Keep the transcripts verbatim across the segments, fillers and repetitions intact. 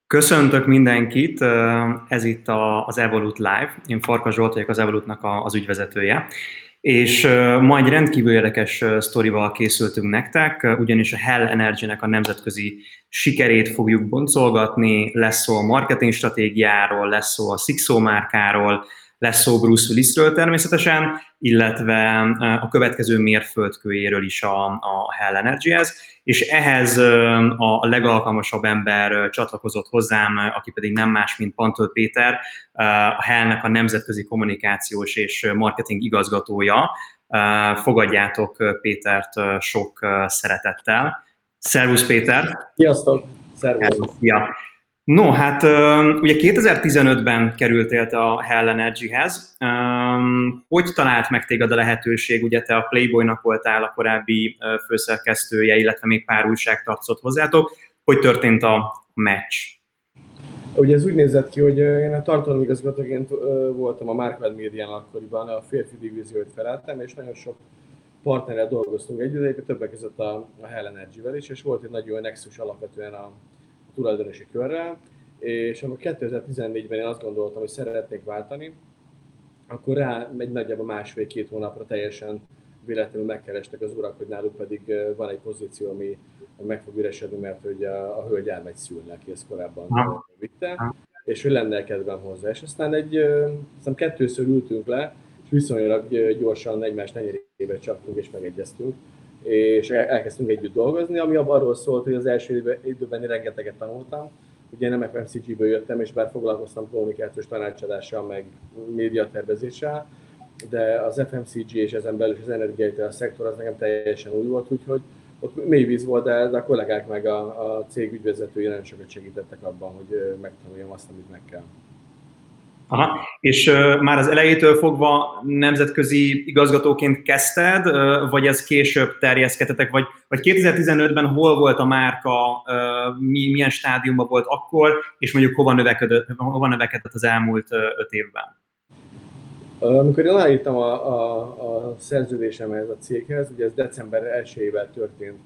Köszöntök mindenkit, ez itt az Evolut Live. Én Farkas Zsolt vagyok, az Evolutnak az ügyvezetője. És ma egy rendkívül érdekes sztorival készültünk nektek, ugyanis a Hell Energy-nek a nemzetközi sikerét fogjuk boncolgatni, lesz szó a marketing stratégiáról, lesz szó a Sixo márkáról, lesz szó Bruce Willisről természetesen, illetve a következő mérföldkőjéről is a, a Hell Energy-hez, és ehhez a legalkalmasabb ember csatlakozott hozzám, aki pedig nem más, mint Pantöl Péter, a Hell-nek a nemzetközi kommunikációs és marketing igazgatója. Fogadjátok Pétert sok szeretettel. Szervusz Péter! Sziasztok! Szervusz! Ja. No, hát ugye kétezer-tizenötben kerültél te a Hell Energy-hez. Hogy talált meg téged a lehetőség? Ugye te a Playboynak voltál a korábbi főszerkesztője, illetve még pár újság tartozott hozzátok. Hogy történt a meccs? Ugye ez úgy nézett ki, hogy én a tartalomigazgatóként voltam a Markved Médián akkoriban, a férfi divíziót feleltem, és nagyon sok partnerrel dolgoztunk együtt, de többek között a, a Hell Energy-vel is, és volt egy nagyon jó nexus alapvetően a tulajdonosi körrel, és amikor kétezer-tizennégyben én azt gondoltam, hogy szeretnék váltani, akkor rá egy nagyjából másfél-két hónapra teljesen véletlenül megkerestek az urak, hogy náluk pedig van egy pozíció, ami meg fog üresedni, mert hogy a, a hölgy elmegy szülni, aki ezt korábban vitte, és hogy lenne kedvem hozzá. És aztán egy, aztán kettőször ültünk le, és viszonylag gyorsan egymás tenyerébe csaptunk és megegyeztünk, és elkezdtünk együtt dolgozni, ami arról szólt, hogy az első időben én rengeteget tanultam. Ugye nem ef em cé gé-ből jöttem, és bár foglalkoztam kommunikációs tanácsadással, meg médiatervezéssel, de az ef em cé gé és ezen belül az energiaital szektor az nekem teljesen új volt, úgyhogy ott mély víz volt, de, de a kollégák meg a, a cég ügyvezetői nagyon sokat segítettek abban, hogy megtanuljam azt, amit meg kell. Aha. És uh, már az elejétől fogva nemzetközi igazgatóként kezdted, uh, vagy ez később terjeszkedtetek, vagy, vagy kétezer-tizenötben hol volt a márka, uh, mi, milyen stádiumban volt akkor, és mondjuk hova növekedett, hova növekedett az elmúlt uh, öt évben? Amikor én aláírtam a, a, a szerződésemhez a céghez, ugye ez december elsejével történt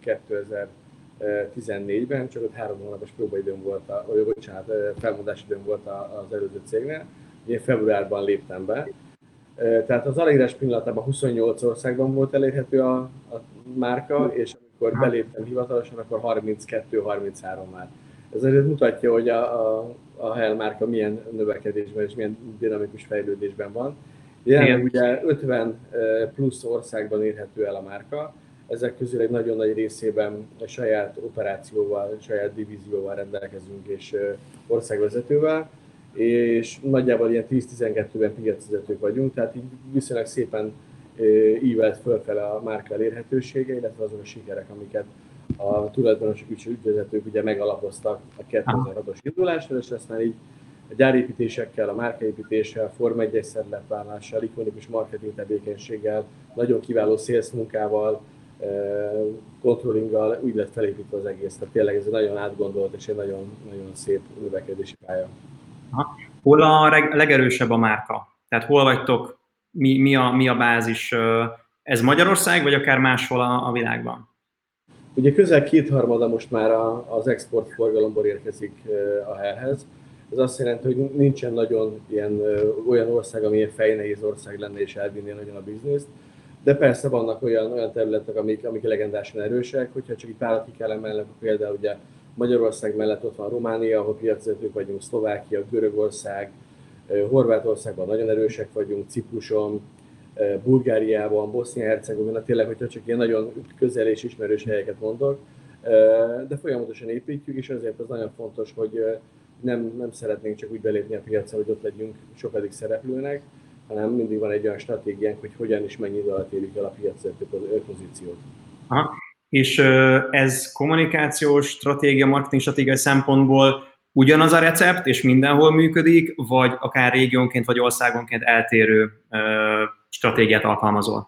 kétezer-tizennégyben, csak ott három hónapos próbaidőm volt, a, vagy bocsánat, felmondási időm volt az előző cégnél. Én februárban léptem be. Tehát az aláírás pillanatában huszonnyolc országban volt elérhető a, a márka, és amikor beléptem hivatalosan, akkor harminckettő-harminchárom már. Ez azért mutatja, hogy a, a, a Hell márka milyen növekedésben és milyen dinamikus fejlődésben van. Jelenleg ugye ötven plusz országban érhető el a márka, ezek közül egy nagyon nagy részében a saját operációval, saját divízióval rendelkezünk és országvezetővel, és nagyjából ilyen tíz-tizenkettőben piacvezetők vagyunk, tehát így viszonylag szépen ívelt fölfele a márka elérhetősége, illetve azok a sikerek, amiket a tulajdonosok és ügyvezetők ugye megalapoztak a kétezer-hatos indulásra, és aztán így a gyárépítésekkel, a márkaépítéssel, Forma egyes szerepvállalással, ikonikus marketing tevékenységgel, nagyon kiváló sales munkával, controllinggal úgy lett felépítve az egész. Tehát tényleg ez egy nagyon átgondolt és egy nagyon, nagyon szép növekedési pálya. Aha. Hol a legerősebb a márka? Tehát hol vagytok, mi, mi, a, mi a bázis? Ez Magyarország, vagy akár máshol a, a világban? Ugye közel kétharmada most már az export forgalomból érkezik a Hellhez. Ez azt jelenti, hogy nincsen nagyon ilyen, olyan ország, ami ilyen fejnehéz ország lenne és elvinné nagyon a bizniszt. De persze vannak olyan, olyan területek, amik, amik legendásan erősek, hogyha csak itt párat ki kell emelni, akkor például ugye Magyarország mellett ott van Románia, ahol piacvezetők vagyunk, Szlovákia, Görögország, Horvátországban nagyon erősek vagyunk, Cipruson, Bulgáriában, Bosznia-Hercegovina, tényleg, hogyha csak ilyen nagyon közel és ismerős helyeket mondok, de folyamatosan építjük, és azért az nagyon fontos, hogy nem, nem szeretnénk csak úgy belépni a piacra, hogy ott legyünk sokadik szereplőnek, hanem mindig van egy olyan stratégiánk, hogy hogyan és mennyi idő alatt érjük el a piacvezető pozíciót. Aha. És ez kommunikációs stratégia, marketing stratégiai szempontból ugyanaz a recept, és mindenhol működik, vagy akár régiónként vagy országonként eltérő stratégiát alkalmazol?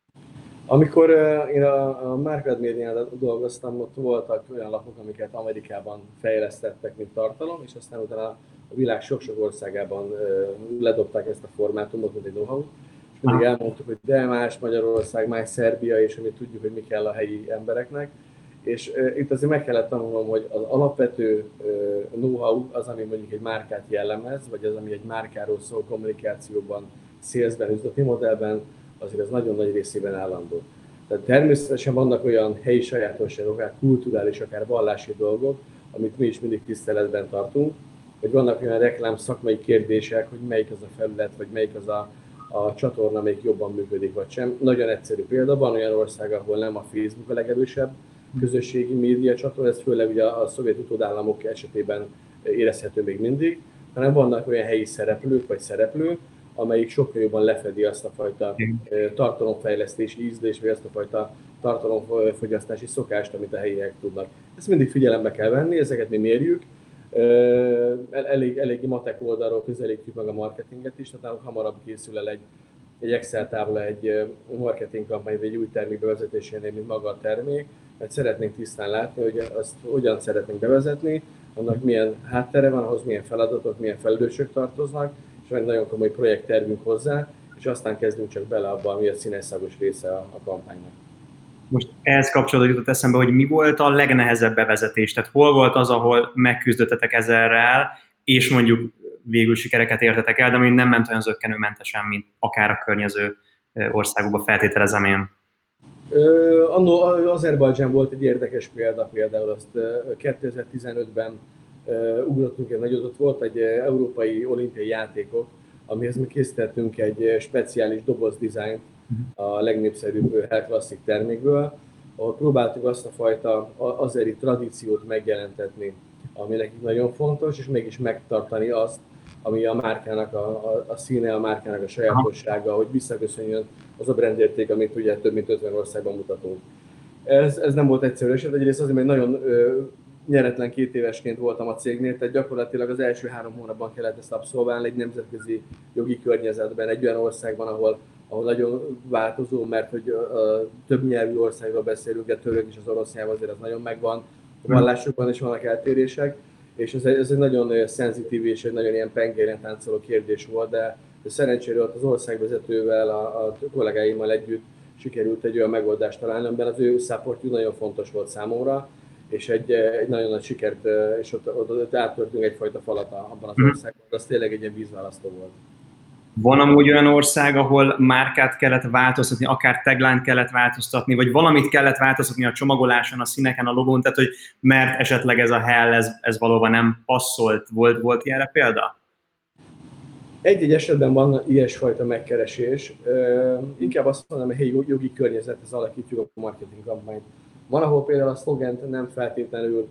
Amikor én a, a Markved Médiánál dolgoztam, ott voltak olyan lapok, amiket Amerikában fejlesztettek, mint tartalom, és aztán utána a világ sok-sok országában ledobták ezt a formátumot, mint egy know-how. És mindig elmondtuk, hogy de más Magyarország, más Szerbia, és amit tudjuk, hogy mi kell a helyi embereknek. És uh, itt azért meg kellett tanulnom, hogy az alapvető uh, know-how az, ami mondjuk egy márkát jellemez, vagy az, ami egy márkáról szól kommunikációban, salesben, üzleti modellben, azért az nagyon nagy részében állandó. Tehát természetesen vannak olyan helyi sajátosságok, akár kulturális, akár vallási dolgok, amit mi is mindig tiszteletben tartunk, hogy vannak olyan reklám szakmai kérdések, hogy melyik az a felület, vagy melyik az a, a csatorna, amelyik jobban működik, vagy sem. Nagyon egyszerű példa, van olyan ország, ahol nem a Facebook a legerősebb közösségi média csatorna, ez főleg ugye a szovjet utódállamok esetében érezhető még mindig, hanem vannak olyan helyi szereplők, vagy szereplők, amelyik sokkal jobban lefedi azt a fajta tartalomfejlesztési ízlés, vagy azt a fajta tartalomfogyasztási szokást, amit a helyiek tudnak. Ezt mindig figyelembe kell venni, ezeket mi mérjük. Elég, elég matek oldalról közelítjük meg a marketinget is, tehát hamarabb készül el egy, egy Excel tábla egy marketing kampány, vagy egy új termék bevezetésénél, mint maga a termék, mert szeretnénk tisztán látni, hogy azt hogyan szeretnénk bevezetni, annak milyen háttere van, ahhoz milyen feladatok, milyen felelősök tartoznak, és van egy nagyon komoly projekttervünk hozzá, és aztán kezdünk csak bele abba, ami a színesszagos része a, a kampánynak. Most ehhez kapcsolatban jutott eszembe, hogy mi volt a legnehezebb bevezetés, tehát hol volt az, ahol megküzdöttetek ezerrel, és mondjuk végül sikereket értetek el, de még nem ment olyan zökkenőmentesen, mint akár a környező országokban, feltételezem én. Annó Azerbajdzsán volt egy érdekes példa, például azt kétezer-tizenötben ugrottunk egy nagyot, ott volt egy európai olimpiai játékok, amihez mi készítettünk egy speciális dobozdizájnt a legnépszerűbb Hell Classic termékből, ahol próbáltuk azt a fajta azeri tradíciót megjelentetni, ami nekik nagyon fontos, és mégis megtartani azt, ami a márkának a, a, a színe, a márkának a sajátossága, hogy visszaköszönjön az a brandérték, amit ugye több mint ötven országban mutatunk. Ez, ez nem volt egyszerű eset, egyrészt azért, mert nagyon ö, nyeretlen két évesként voltam a cégnél, tehát gyakorlatilag az első három hónapban kellett ezt abszolválni egy nemzetközi jogi környezetben, egy olyan országban, ahol, ahol nagyon változó, mert hogy a több nyelvű országról beszélünk, de török és az orosz nyelv azért az nagyon megvan, a vallásokban is vannak eltérések, és ez egy, ez egy nagyon szenzitív és egy nagyon ilyen pengéren táncoló kérdés volt, de szerencsére ott az országvezetővel, a, a kollégáimmal együtt sikerült egy olyan megoldást találni, amiben az ő supportjuk nagyon fontos volt számomra, és egy, egy nagyon nagy sikert, és ott, ott, ott áttörtünk egyfajta falat abban az országban, de az tényleg egy ilyen vízválasztó volt. Van amúgy olyan ország, ahol márkát kellett változtatni, akár tagline kellett változtatni, vagy valamit kellett változtatni a csomagoláson, a színeken, a logón, tehát hogy mert esetleg ez a Hell, ez, ez valóban nem passzolt. Volt, volt ilyenre példa? Egy-egy esetben van ilyesfajta megkeresés. Inkább azt mondom, hogy helyi jogi környezethez alakítjuk a marketing kampányt. Van, ahol például a szlogent nem feltétlenül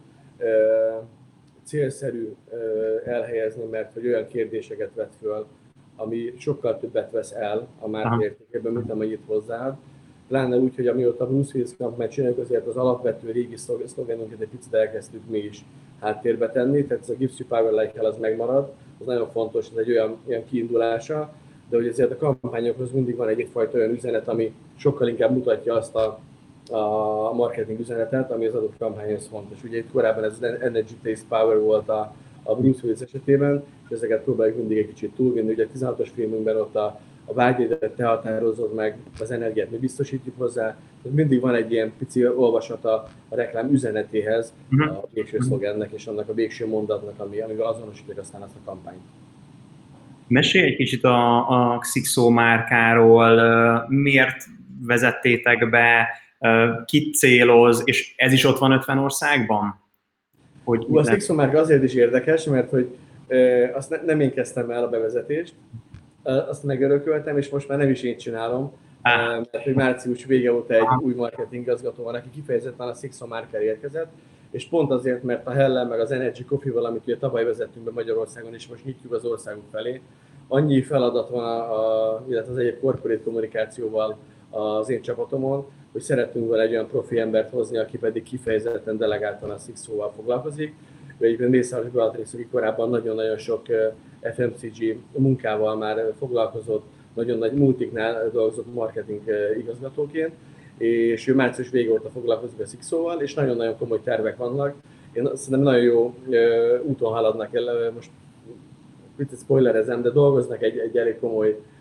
célszerű elhelyezni, mert hogy olyan kérdéseket vet föl, ami sokkal többet vesz el a márka értékében, mint amennyit hozzáad. Pláne úgy, hogy amióta a Bruce Willis kampányt csináljuk, azért az alapvető régi szlogenünket egy picit elkezdtük mi is háttérbe tenni, tehát ez a Gives you power like hell az megmarad, az nagyon fontos, ez egy olyan, olyan kiindulása, de hogy ezért a kampányokhoz mindig van egyfajta olyan üzenet, ami sokkal inkább mutatja azt a, a marketing üzenetet, ami az adott kampányhoz fontos. Ugye itt korábban ez az Energy Taste Power volt a, a Bruce Willis esetében, és ezeket próbáljuk mindig egy kicsit túlvinni. Ugye a tizenhatos filmünkben ott a, a vágyédet te határozod meg, az energiát mi biztosítjuk hozzá, tehát mindig van egy ilyen pici olvasata a reklám üzenetéhez, a végső szlogennek és annak a végső mondatnak, ami, amivel azonosítjuk aztán azt a kampányt. Mesélj egy kicsit a, a Xixo márkáról, miért vezettétek be, kit céloz, és ez is ott van ötven országban? Hogy a Xixo márka azért is érdekes, mert hogy e, azt ne, nem én kezdtem el a bevezetést, azt megörököltem, és most már nem is én csinálom, ah. mert hogy március vége óta egy ah. új marketingigazgató van, aki kifejezetten a Xixo márkára érkezett, és pont azért, mert a Hell-el meg az Energy Coffee-val, amit ugye tavaly vezettünk be Magyarországon, és most nyitjuk az országok felé, annyi feladat van, a, a, illetve az egyéb corporate kommunikációval az én csapatomon, hogy szeretünk vele egy olyan profi embert hozni, aki pedig kifejezetten delegáltan a Xixo-val foglalkozik. Ő egyébként Mészáros Beatrice, aki korábban nagyon-nagyon sok ef em cé gé munkával már foglalkozott, nagyon nagy multiknál dolgozott marketing igazgatóként, és ő március vége óta foglalkozik a Xixo-val, és nagyon-nagyon komoly tervek vannak. Én szerintem nagyon jó úton haladnak el, most picit spoilerezem, de dolgoznak egy, egy elég komoly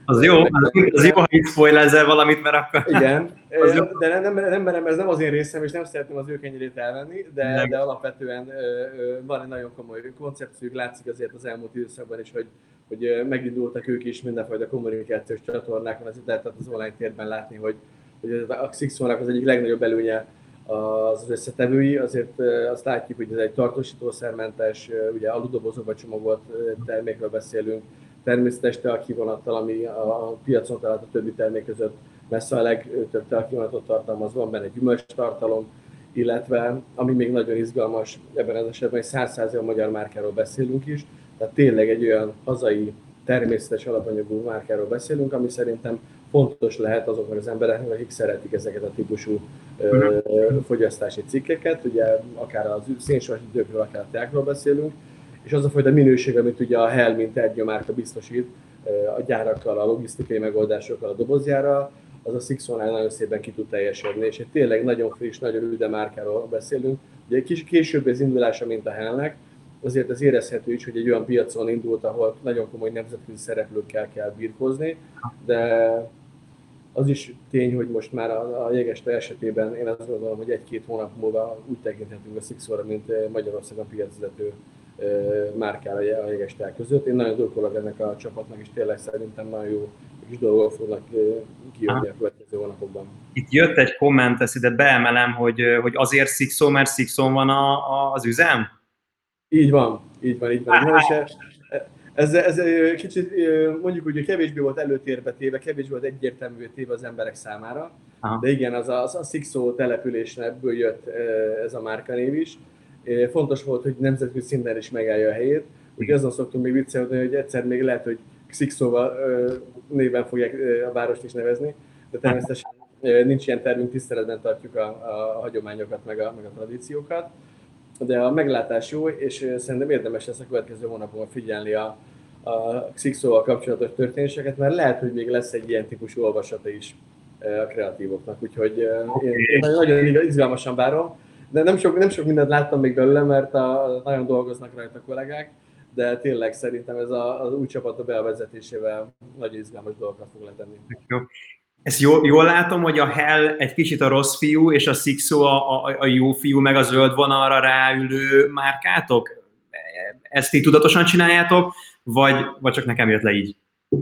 Az jó, az, az jó, ha megjelenésre. itt spoilerzel valamit, mert akkor Igen, az jó. de nem, nem, nem merem, ez nem az én részem, és nem szeretném az ő kenyerét elvenni, de, de alapvetően van egy nagyon komoly koncepciók, látszik azért az elmúlt időszakban is, hogy, hogy megindultak ők is mindenfajta kommunikációs csatornákon, az lehetett az online térben látni, hogy, hogy a Sixonnak az egyik legnagyobb előnye az összetevői, azért azt látjuk, hogy ez egy tartósítószermentes, ugye aludobozokba csomagolt termékről beszélünk, természetes teakivonattal, ami a piacon található többi termék között messze a legtöbb teakivonatot tartalmaz, van benne gyümölcs tartalom, illetve ami még nagyon izgalmas, ebben az esetben egy száz százalékban magyar márkáról beszélünk is, tehát tényleg egy olyan hazai természetes alapanyagú márkáról beszélünk, ami szerintem fontos lehet azoknak az embereknek, akik szeretik ezeket a típusú ö, fogyasztási cikkeket, ugye akár az szénsavas időkről, akár a teákról beszélünk, és az a fajta minőség, amit ugye a Hell, mint tárgymárka biztosít a gyárakkal, a logisztikai megoldásokkal, a dobozjára, az a Sixonnál nagyon szépen ki tud teljesedni, és egy tényleg nagyon friss, nagyon üde márkáról beszélünk. Ugye kis, később az indulása, mint a Hellnek, azért az érezhető is, hogy egy olyan piacon indult, ahol nagyon komoly nemzetközi szereplőkkel kell birkózni, de az is tény, hogy most már a, a Jegeste esetében én azt gondolom, hogy egy-két hónap múlva úgy tekinthetünk a Sixonra, mint Magyarországon piacvezető márkára a Jegeste között. Én nagyon drukkolok ennek a csapatnak, és tényleg szerintem nagyon jó kis dolgok fognak kijönni a következő hónapokban. Itt jött egy komment, ezt ide beemelem, hogy, hogy azért Sixon, mert Sixon van a, a, az üzem? Így van, így van, így van. Így van. És ez, ez kicsit mondjuk úgy, hogy kevésbé volt előtérbe téve, kevésbé volt egyértelművé téve az emberek számára, aha, de igen, az a, az a Sixon településen ebből jött ez a márkanév is. Fontos volt, hogy nemzetközi szinten is megállja a helyét. Úgyhogy azon szoktunk még viccelni, hogy egyszer még lehet, hogy Sixonval néven fogják a várost is nevezni, de természetesen nincs ilyen tervünk, tiszteletben tartjuk a, a, a hagyományokat, meg a, meg a tradíciókat. De a meglátás jó, és szerintem érdemes lesz a következő hónapokban figyelni a, a Sixonval kapcsolatos történéseket, mert lehet, hogy még lesz egy ilyen típusú olvasata is a kreatívoknak. Úgyhogy én, én nagyon izgalmasan várom. De nem sok, nem sok mindent láttam még belőle, mert a, nagyon dolgoznak rajta a kollégák, de tényleg szerintem ez a, az új csapat bevezetésével nagyon izgalmas dolgokat fog letenni. Jó. Ezt jól, jól látom, hogy a Hell egy kicsit a rossz fiú, és a Sixo a, a, a jó fiú, meg a zöld vonalra ráülő márkátok? Ezt így tudatosan csináljátok, vagy, vagy csak nekem jött le így?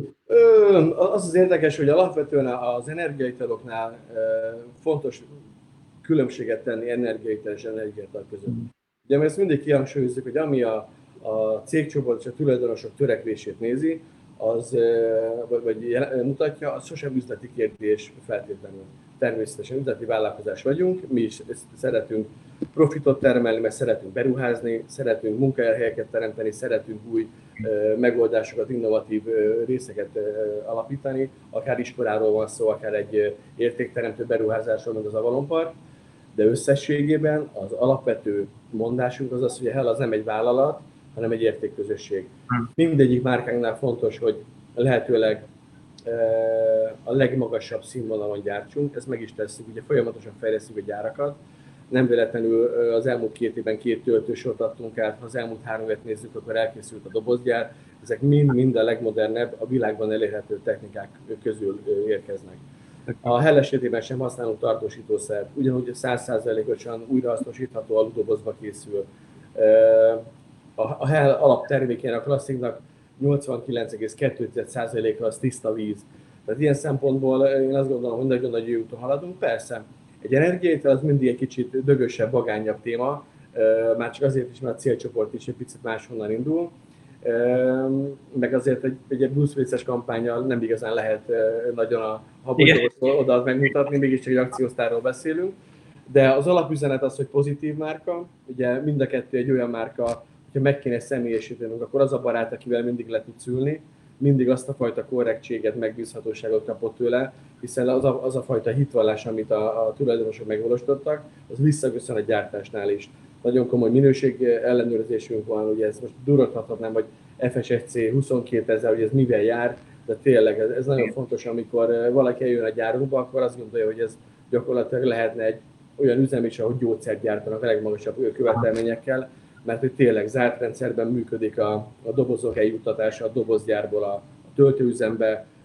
Az az érdekes, hogy alapvetően az energiaitaloknál fontos különbséget tenni energiaital és energiaital között. Ugye mert ezt mindig kihangsúlyozzuk, hogy ami a, a cégcsoport és a tulajdonosok törekvését nézi, az, vagy, vagy mutatja, az sosem üzleti kérdés feltétlenül. Természetesen üzleti vállalkozás vagyunk, mi is szeretünk profitot termelni, mert szeretünk beruházni, szeretünk munkahelyeket teremteni, szeretünk új megoldásokat, innovatív részeket alapítani, akár iskoláról van szó, akár egy értékteremtő beruházásról, mint az Avalon Park, de összességében az alapvető mondásunk az az, hogy a Hell az nem egy vállalat, hanem egy értékközösség. Mindegyik márkánknál fontos, hogy lehetőleg a legmagasabb színvonalon gyártsunk, ezt meg is tesszük, ugye folyamatosan fejlesztjük a gyárakat. Nem véletlenül az elmúlt két évben két töltősort adtunk át, ha az elmúlt három évet nézzük, akkor elkészült a dobozgyár. Ezek mind-mind a legmodernebb, a világban elérhető technikák közül érkeznek. A Hell esetében sem használunk tartósítószert, ugyanúgy száz százalékosan újrahasznosítható aludobozba készül. A Hell alaptermékének, a klassziknak nyolcvankilenc egész kettő százaléka az tiszta víz. Tehát ilyen szempontból én azt gondolom, hogy nagyon nagy úton haladunk. Persze, egy energiaital az mindig egy kicsit dögösebb, vagányabb téma, már csak azért is, mert a célcsoport is egy picit máshonnan indul. Meg azért egy, egy Bruce Willis-es kampánnyal nem igazán lehet nagyon a habot oda megmutatni, mégiscsak egy akciósztárról beszélünk. De az alapüzenet az, hogy pozitív márka, ugye mind a kettő egy olyan márka, hogyha meg kéne személyesítenünk, akkor az a barát, akivel mindig le tudsz ülni, mindig azt a fajta korrektséget, megbízhatóságot kapott tőle, hiszen az a, az a fajta hitvallás, amit a, a tulajdonosok megvalósítottak, az visszaköszön a gyártásnál is. Nagyon komoly minőség ellenőrzésünk van, ugye ez most duroghatnám, hogy F S S C huszonkétezer, hogy ez mivel jár, de tényleg ez, ez nagyon fontos, amikor valaki eljön a gyárunkba, akkor azt gondolja, hogy ez gyakorlatilag lehetne egy olyan üzem is, ahogy gyógyszert gyártanak a legmagasabb követelményekkel, mert hogy tényleg zárt rendszerben működik a, a dobozok eljuttatása a dobozgyárból a, a töltőüzembe,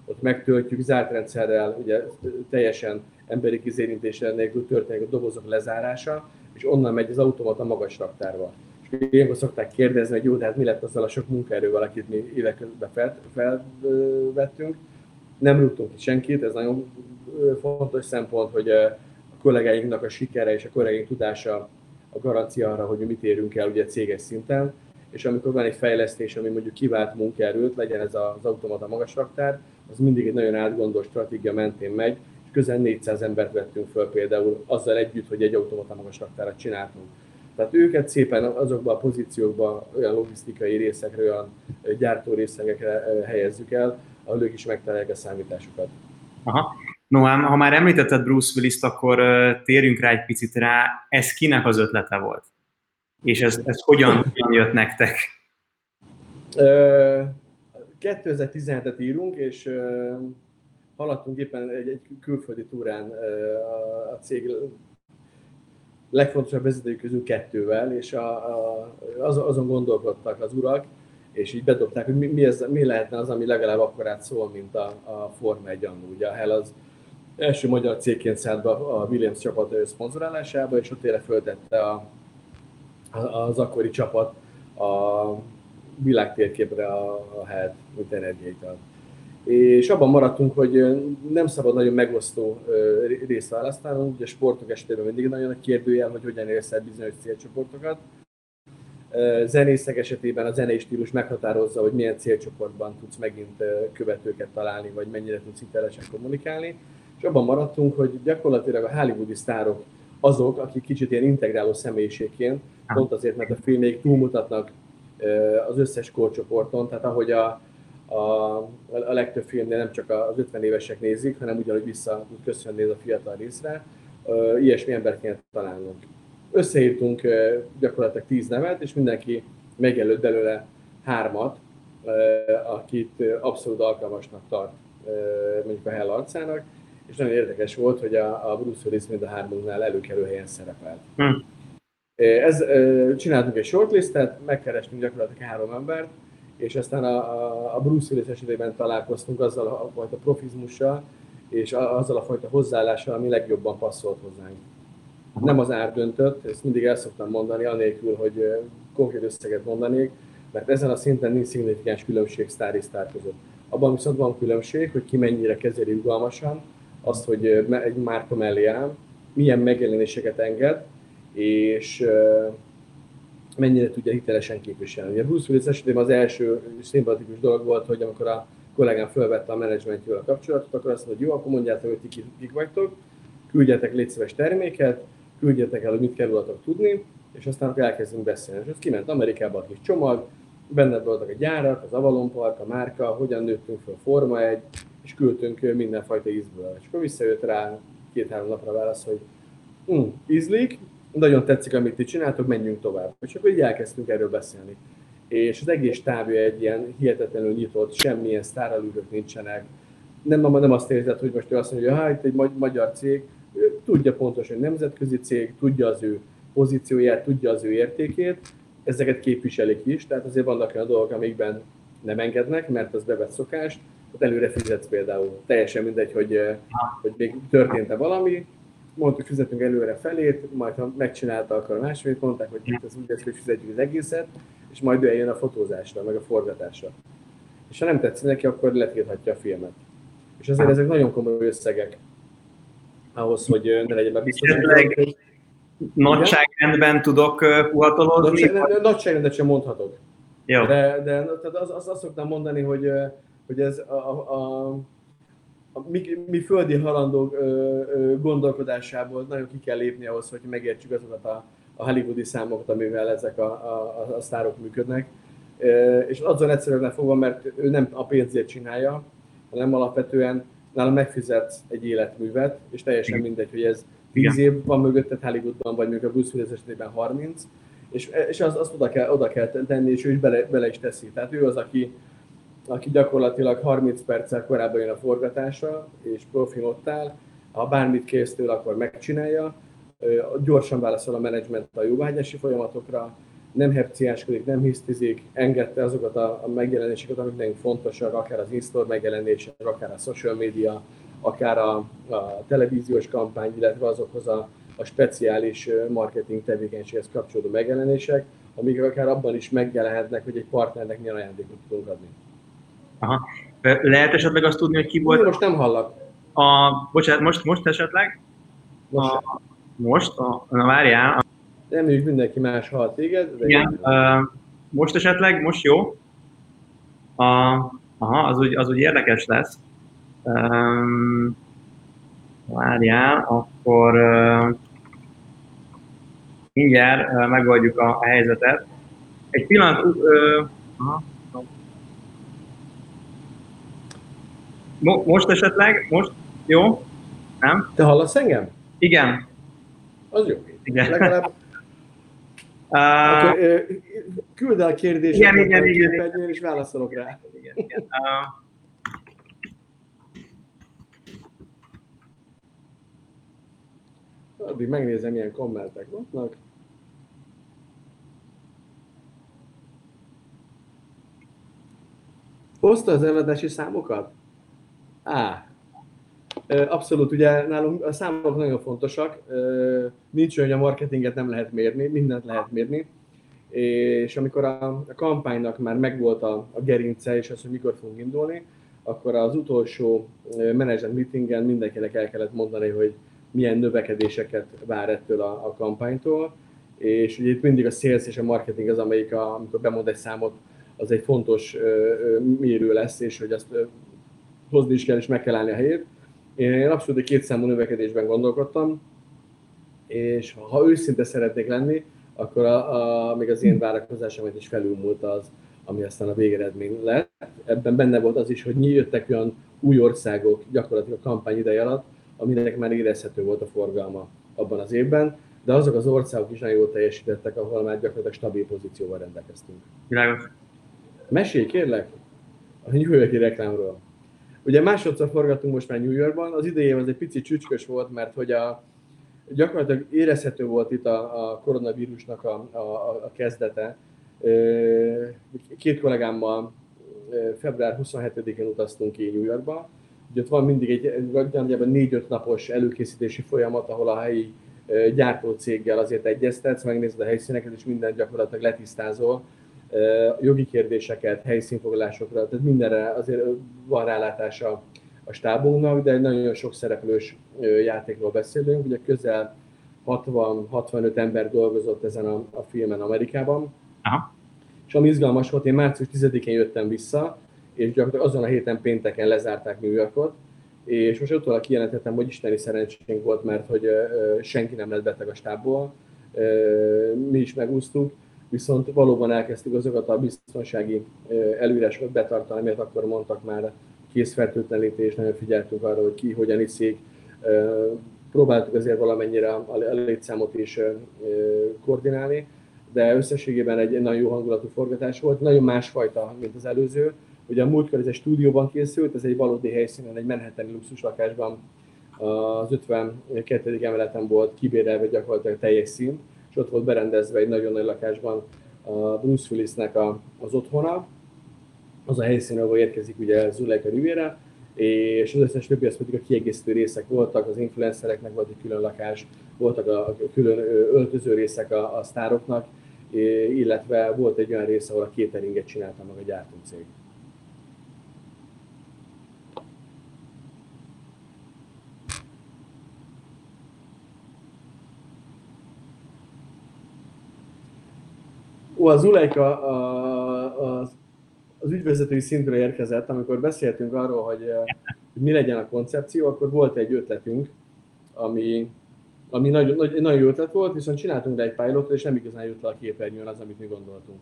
ott megtöltjük, zárt rendszerrel, ugye teljesen emberi kézérintéssel nélkül történik a dobozok lezárása, és onnan megy az automata magas raktárba. És ilyenkor szokták kérdezni, hogy jó, de hát mi lett azzal a sok munkaerővel, akit mi évek közben felvettünk. Nem rúgtunk ki senkit, ez nagyon fontos szempont, hogy a kollégáinknak a sikere és a kollégáink tudása a garancia arra, hogy mi mit érünk el ugye céges szinten, és amikor van egy fejlesztés, ami mondjuk kivált munkaerőt, legyen ez az automata magas raktár, az mindig egy nagyon átgondolt stratégia mentén megy, és közel négyszáz embert vettünk föl például azzal együtt, hogy egy automata magas raktárat csináltunk. Tehát őket szépen azokban a pozíciókban, olyan logisztikai részekre, olyan gyártó részlegekre helyezzük el, ahol ők is megtalálják a számításukat. Aha. No, ám, ha már említetted Bruce Willis-t, akkor uh, térjünk rá egy picit rá, ez kinek az ötlete volt? És ez, ez hogyan, hogyan jött nektek? Uh, kétezer-tizenhetet írunk, és uh, haladtunk éppen egy, egy külföldi túrán uh, a cég legfontosabb vezetői közül kettővel, és a, a, azon gondolkodtak az urak, és így bedobták, hogy mi, mi, ez, mi lehetne az, ami legalább akkorát szól, mint a, a Forma egy annó. Ugye a Hell az első magyar cégként szállt be a Williams csapat szponzorálásába, és ott ére föltette a, az akkori csapat a világtérképre a, a Hell, mint energiaital. És abban maradtunk, hogy nem szabad nagyon megosztó részt választanunk, ugye sportok esetében mindig nagyon a kérdőjel, hogy hogyan érsz el bizonyos célcsoportokat. Zenészek esetében a zenei stílus meghatározza, hogy milyen célcsoportban tudsz megint követőket találni, vagy mennyire tudsz hitelesen kommunikálni. És abban maradtunk, hogy gyakorlatilag a hollywoodi sztárok azok, akik kicsit ilyen integráló személyiségként, pont azért, mert a filmek túlmutatnak az összes korcsoporton, tehát ahogy a A, a legtöbb filmnél nem csak az ötven évesek nézik, hanem ugyanúgy vissza tud köszönni ez a fiatal részre. Uh, ilyesmi embert kéne találnunk. Összeírtunk uh, gyakorlatilag tíz nevet, és mindenki megjelölt belőle hármat, uh, akit uh, abszolút alkalmasnak tart uh, mondjuk a Hell arcának, és nagyon érdekes volt, hogy a, a Bruce Willis mind a hármunknál előkelő helyen szerepelt. Hmm. Ez, uh, csináltunk egy shortlistet, megkerestünk gyakorlatilag három embert, és aztán a, a Bruce Willis esetében találkoztunk azzal a fajta profizmussal, és azzal a fajta hozzáállással, ami legjobban passzolt hozzánk. Nem az ár döntött, ezt mindig el szoktam mondani, anélkül, hogy konkrét összeget mondanék, mert ezen a szinten nincs szignifikáns különbség sztár és sztár között. Abban viszont van különbség, hogy ki mennyire kezeli rugalmasan azt, hogy egy márka mellé áll, milyen megjelenéseket enged, és mennyire tudja hitelesen képviselni. A Bruce Willis esetében az első szimpatikus dolog volt, hogy amikor a kollégám felvette a menedzsmentjével a kapcsolatot, akkor azt mondta, hogy jó, akkor mondjátok, hogy ti kik vagytok, küldjetek légy szíves terméket, küldjetek el, hogy mit kell rólatok tudni, és aztán akkor elkezdünk beszélni. És az kiment Amerikába a kis csomag, benne voltak a gyárak, az Avalon Park, a márka, hogyan nőttünk fel Forma egy, és küldtünk mindenfajta ízből. És akkor visszajött rá két-három napra válasz, hogy hm, ízlik, nagyon tetszik, amit ti csináltok, menjünk tovább. És akkor így elkezdtünk erről beszélni. És az egész távja egy ilyen hihetetlenül nyitott, semmilyen sztáralűrök nincsenek. Nem, nem azt érzed, hogy most ő azt mondja, hogy hát itt egy magyar cég, ő tudja pontosan, hogy nemzetközi cég, tudja az ő pozícióját, tudja az ő értékét, ezeket képviselik is, tehát azért vannak olyan dolgok, amikben nem engednek, mert az bevett szokás, ott előre fizetsz például. Teljesen mindegy, hogy, hogy még történt-e valami, mondtuk, fizetünk előre felét, majd ha megcsinálta, akkor másfél, mondták, hogy itt az úgy lesz, hogy fizetjük az egészet, és majd ő eljön a fotózásra, meg a forgatásra. És ha nem tetszik neki, akkor letilthatja a filmet. És azért ezek nagyon komoly összegek ahhoz, hogy ne legyen bebiztosítva. Nagyságrendben tudok puhatolózni? Nagyságrendet sem mondhatok. Jó. De, de az, az, azt szoktam mondani, hogy, hogy ez a, a, a A mi, mi földi halandók ö, ö, gondolkodásából nagyon ki kell lépni ahhoz, hogy megértsük azokat a, a hollywoodi számokat, amivel ezek a, a, a sztárok működnek. E, és azon egyszerűen fogva, mert ő nem a pénzért csinálja, hanem alapvetően nála megfizetsz egy életművet, és teljesen mindegy, hogy ez tíz év van mögötted Hollywoodban, vagy mondjuk a Bruce Willis esetében harminc, és, és az, azt oda kell, oda kell tenni, és ő is bele, bele is teszi. Tehát ő az, aki aki gyakorlatilag harminc perccel korábban jön a forgatásra, és profin ott áll, ha bármit kérsz tőle, akkor megcsinálja, gyorsan válaszol a menedzsment a jóváhagyási folyamatokra, nem hepciáskodik, nem hisztizik, engedte azokat a, a megjelenéseket, amik nekünk fontosak, akár az in-store megjelenések, akár a social media, akár a, a televíziós kampány, illetve azokhoz a, a speciális marketing tevékenységhez kapcsolódó megjelenések, amik akár abban is megjelenhetnek, hogy egy partnernek milyen ajándékot tudunk adni. Aha. Lehet esetleg azt tudni, hogy ki volt? Én most nem hallak. A, bocsánat, most, most esetleg? Most, a, most a, na várjál. Nem mondjuk mindenki más hall téged. De igen, uh, most esetleg, most jó? A, aha, az úgy, az úgy érdekes lesz. Um, várjál, akkor uh, mindjárt uh, megoldjuk a, a helyzetet. Egy pillanat, uh, aha. Mo- most esetleg, most, jó? Nem? Te hallasz engem? Igen. Az jó. Igen. Legalább Uh, akkor ö, küld el kérdéseket, igen, igen, igen, igen. és válaszolok rá. Igen, igen. Uh, Addig megnézem, milyen kommentek vannak. Hozta az eladási számokat? Á, abszolút, ugye nálunk a számok nagyon fontosak. Nincs olyan, hogy a marketinget nem lehet mérni, mindent lehet mérni. És amikor a, a kampánynak már megvolt a, a gerince, és az, hogy mikor fogunk indulni, akkor az utolsó management meetingen mindenkinek el kellett mondani, hogy milyen növekedéseket vár ettől a, a kampánytól. És ugye itt mindig a sales és a marketing az, amelyik, a, amikor bemond egy számot, az egy fontos ö, mérő lesz, és hogy azt ö, hozni is kell, és meg kell állni a helyét. Én abszolút egy kétszámú növekedésben gondolkodtam, és ha őszinte szeretnék lenni, akkor a, a, még az én várakozásomat is felülmúlt az, ami aztán a végeredmény lett. Ebben benne volt az is, hogy jöttek olyan új országok gyakorlatilag a kampány ideje alatt, aminek már érezhető volt a forgalma abban az évben, de azok az országok is nagyon jól teljesítettek, ahol már gyakorlatilag stabil pozícióval rendelkeztünk. Világos. Mesélj kérlek a New York-i reklámról. Ugye másodszor forgattunk most már New Yorkban, az idei év az egy picit csücskös volt, mert hogy a, gyakorlatilag érezhető volt itt a, a koronavírusnak a, a, a kezdete. Két kollégámmal február huszonhetedikén utaztunk ki New Yorkba. Ugye ott van mindig egy nagyjából négy-öt napos előkészítési folyamat, ahol a helyi gyártócéggel azért egyeztetsz, megnézed a helyszíneket, és mindent gyakorlatilag letisztázol. Jogi kérdéseket, helyszínfoglalásokra, tehát mindenre azért van rálátása a stábunknak, de egy nagyon sok szereplős játékról beszélünk. Ugye közel hatvan-hatvanöt ember dolgozott ezen a, a filmen Amerikában. Aha. És ami izgalmas volt, én március tizedikén jöttem vissza, és gyakorlatilag azon a héten pénteken lezárták New Yorkot, és most utólag kijelentettem, hogy isteni szerencsénk volt, mert hogy senki nem lett beteg a stábból, mi is megúsztuk, viszont valóban elkezdtük azokat a biztonsági előírásokat betartani, mert akkor mondtak már készfertőtlenítés, nagyon figyeltünk arra, hogy ki hogyan iszik. Próbáltuk azért valamennyire a létszámot is koordinálni, de összességében egy nagyon jó hangulatú forgatás volt, nagyon másfajta, mint az előző. Ugye a múltkor ez egy stúdióban készült, ez egy valódi helyszínen, egy manhattani luxuslakásban, az ötvenkettedik emeleten volt kibérelve gyakorlatilag teljes szín, és ott volt berendezve egy nagyon nagy lakásban a Bruce Willisnek a, az otthona, az a helyszín, ahol érkezik ugye Zuleika Riviera, és az összes többi az pedig a kiegészítő részek voltak, az influencereknek volt egy külön lakás, voltak a külön öltöző részek a, a sztároknak, illetve volt egy olyan rész, ahol a cateringet csinálta meg a gyártócég. Ó, a Zuleika a, a, az ügyvezetői szintről érkezett, amikor beszéltünk arról, hogy, hogy mi legyen a koncepció, akkor volt egy ötletünk, ami, ami nagyon, nagy, nagyon jó ötlet volt, viszont csináltunk rá egy pilotot, és nem igazán jött le a képernyőn az, amit mi gondoltunk.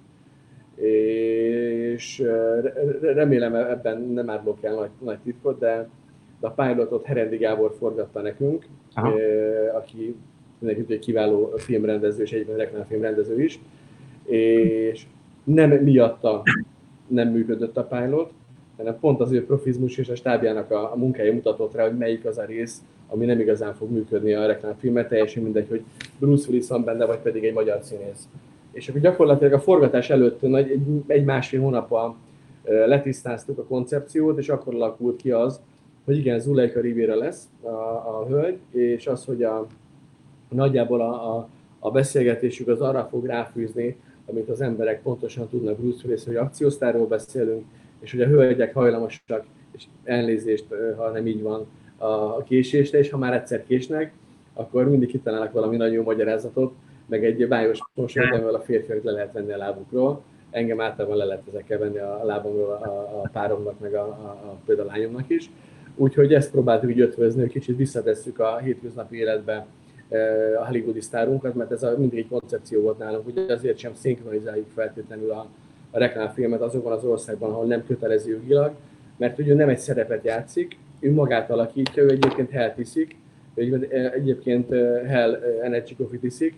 És remélem ebben nem árulok el nagy, nagy titkot, de, de a pilotot Herendi Gábor forgatta nekünk, Aha. aki mindenki egy kiváló filmrendező és egyébként reklámfilmrendező is, és nem miatta nem működött a pilot, hanem pont az ő profizmus és a stábjának a, a munkája mutatott rá, hogy melyik az a rész, ami nem igazán fog működni a reklámfilmet, teljesen mindegy, hogy Bruce Willis van benne, vagy pedig egy magyar színész. És akkor gyakorlatilag a forgatás előtt nagy, egy, egy másfél hónappal letisztáztuk a koncepciót, és akkor alakult ki az, hogy igen, Zulejka Rivera lesz a, a hölgy, és az, hogy a, nagyjából a, a, a beszélgetésük az arra fog ráfűzni, amit az emberek pontosan tudnak Bruce Willis, hogy akciósztárról beszélünk, és hogy a hölgyek hajlamosak, és elnézést, ha nem így van, a késésre, és ha már egyszer késnek, akkor mindig kitalálnak valami nagyon jó magyarázatot, meg egy bájos mosolyt, amivel a férfiak le lehet venni a lábukról. Engem általában le lehet ezekkel venni a lábamról a, a páromnak, meg a, a, a, például a lányomnak is. Úgyhogy ezt próbáltuk így ötvözni, hogy kicsit visszatesszük a hétköznapi életbe a hollywoodi sztárunkat, mert ez a, mindig egy koncepció volt nálunk, hogy azért sem szinkronizáljuk feltétlenül a, a reklámfilmet azokban az országban, ahol nem kötelező jogilag, mert ugye nem egy szerepet játszik, ő magát alakítja, ő egyébként Hell iszik, ő egyébként Hell Energy Coffee iszik,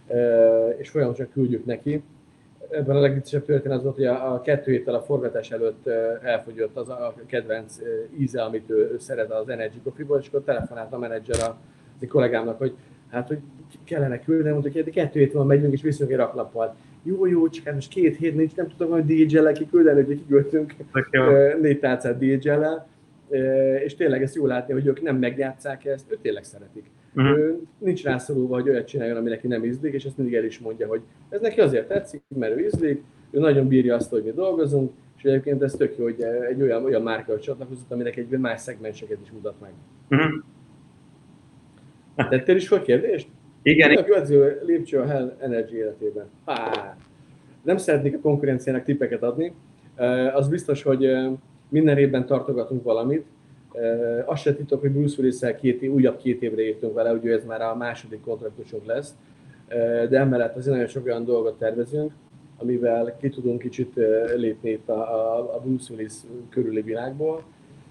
és folyamatosan küldjük neki. Ebben a legviccesebb történet az volt, hogy a kettő héttel a forgatás előtt elfogyott az a kedvenc íze, amit ő szeret az Energy Coffee-ból, és akkor telefonált a menedzser a kollégámnak, hogy hát, hogy kellene küldeni, mondta, hogy kettő hét van megyünk, és viszünk egy raklappal. Jó, jó, csak hát most két hét nincs, nem tudom, hogy dé jé-el kiküldeni, hogy kiküldtünk négy tálcát dé jé-el, és tényleg ezt jól látni, hogy ők nem megjátsszák ezt, ők tényleg szeretik. Uh-huh. Ő nincs rászorulva, hogy olyat csináljon, ami neki nem ízlik, és ezt mindig el is mondja, hogy ez neki azért tetszik, mert ő ízlik, ő nagyon bírja azt, hogy mi dolgozunk, és egyébként ez tök jó, hogy egy olyan, olyan márkához csatlakozott, aminek egy más szegmenseket is mutat meg. Uh-huh. Tettél is fel kérdést? Igen. A következő lépcső a Hell Energy életében. Há, nem szeretnék a konkurenciának tippeket adni. Az biztos, hogy minden évben tartogatunk valamit. Azt se titok, hogy Bruce Willis-szel két év, újabb két évre írtunk vele, hogy ez már a második kontraktusunk lesz. De emellett azért nagyon sok olyan dolgot tervezünk, amivel ki tudunk kicsit lépni itt a, a Bruce Willis körüli világból.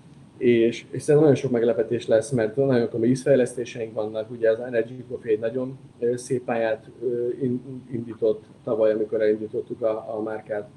És, és szerintem nagyon sok meglepetés lesz, mert nagyon komoly ízfejlesztéseink vannak. Ugye az Energy Coffee egy nagyon szép pályát indított tavaly, amikor elindítottuk a, a márkát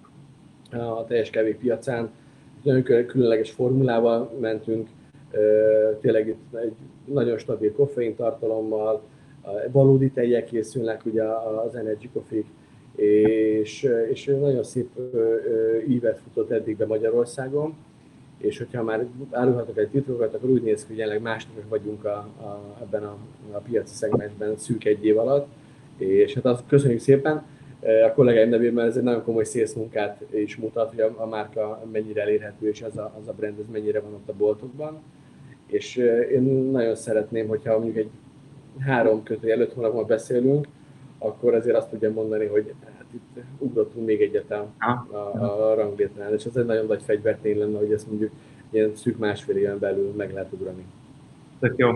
a teljes kávé piacán. Nagyon különleges formulával mentünk, tényleg itt egy nagyon stabil koffein tartalommal, valódi tejjel készülnek ugye az Energy Coffee-k, és, és nagyon szép ívet futott eddig be Magyarországon. És hogyha már árulhatok egy titkokat, akkor úgy néz ki, hogy jelenleg másodikak vagyunk a, a, ebben a, a piaci szegmensben szűk egy év alatt. És hát azt köszönjük szépen a kollégáim nevében, ez egy nagyon komoly sales munkát is mutat, hogy a, a márka mennyire elérhető, és az a, az a brand ez mennyire van ott a boltokban. És én nagyon szeretném, hogyha mondjuk egy három kötőjel öt hónapban beszélünk, akkor azért azt tudjam mondani, hogy hát itt ugrottunk még egyet a, a, a ranglétrán, és ez egy nagyon nagy fegyvertény lenne, hogy ezt mondjuk ilyen szűk másfél éven belül meg lehet ugrani. Tök jó.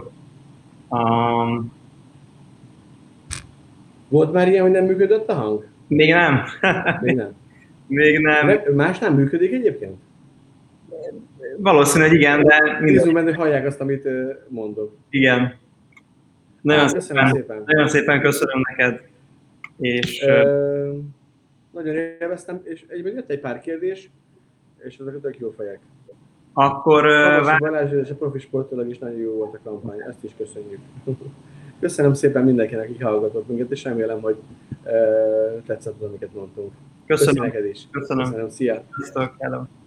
Um... Volt már ilyen, hogy nem működött a hang? Még nem. Még nem. Még nem. Más nem működik egyébként? Valószínűleg igen, de... Nézzük meg, hogy hallják azt, amit mondok. Igen. Nagyon, hát, szépen, szépen. nagyon szépen köszönöm neked. És, Ö, nagyon élveztem, és egyébként jött egy pár kérdés, és ezek tök jó fejek. Akkor... Vár... Balázs és a profi sportilag is nagyon jó volt a kampány, ezt is köszönjük. Köszönöm szépen mindenkinek, aki hallgatott minket, és remélem, hogy uh, tetszett az, amiket mondtunk. Köszönöm. Köszönöm neked is. Köszönöm. Köszönöm. Szia! Köszönöm.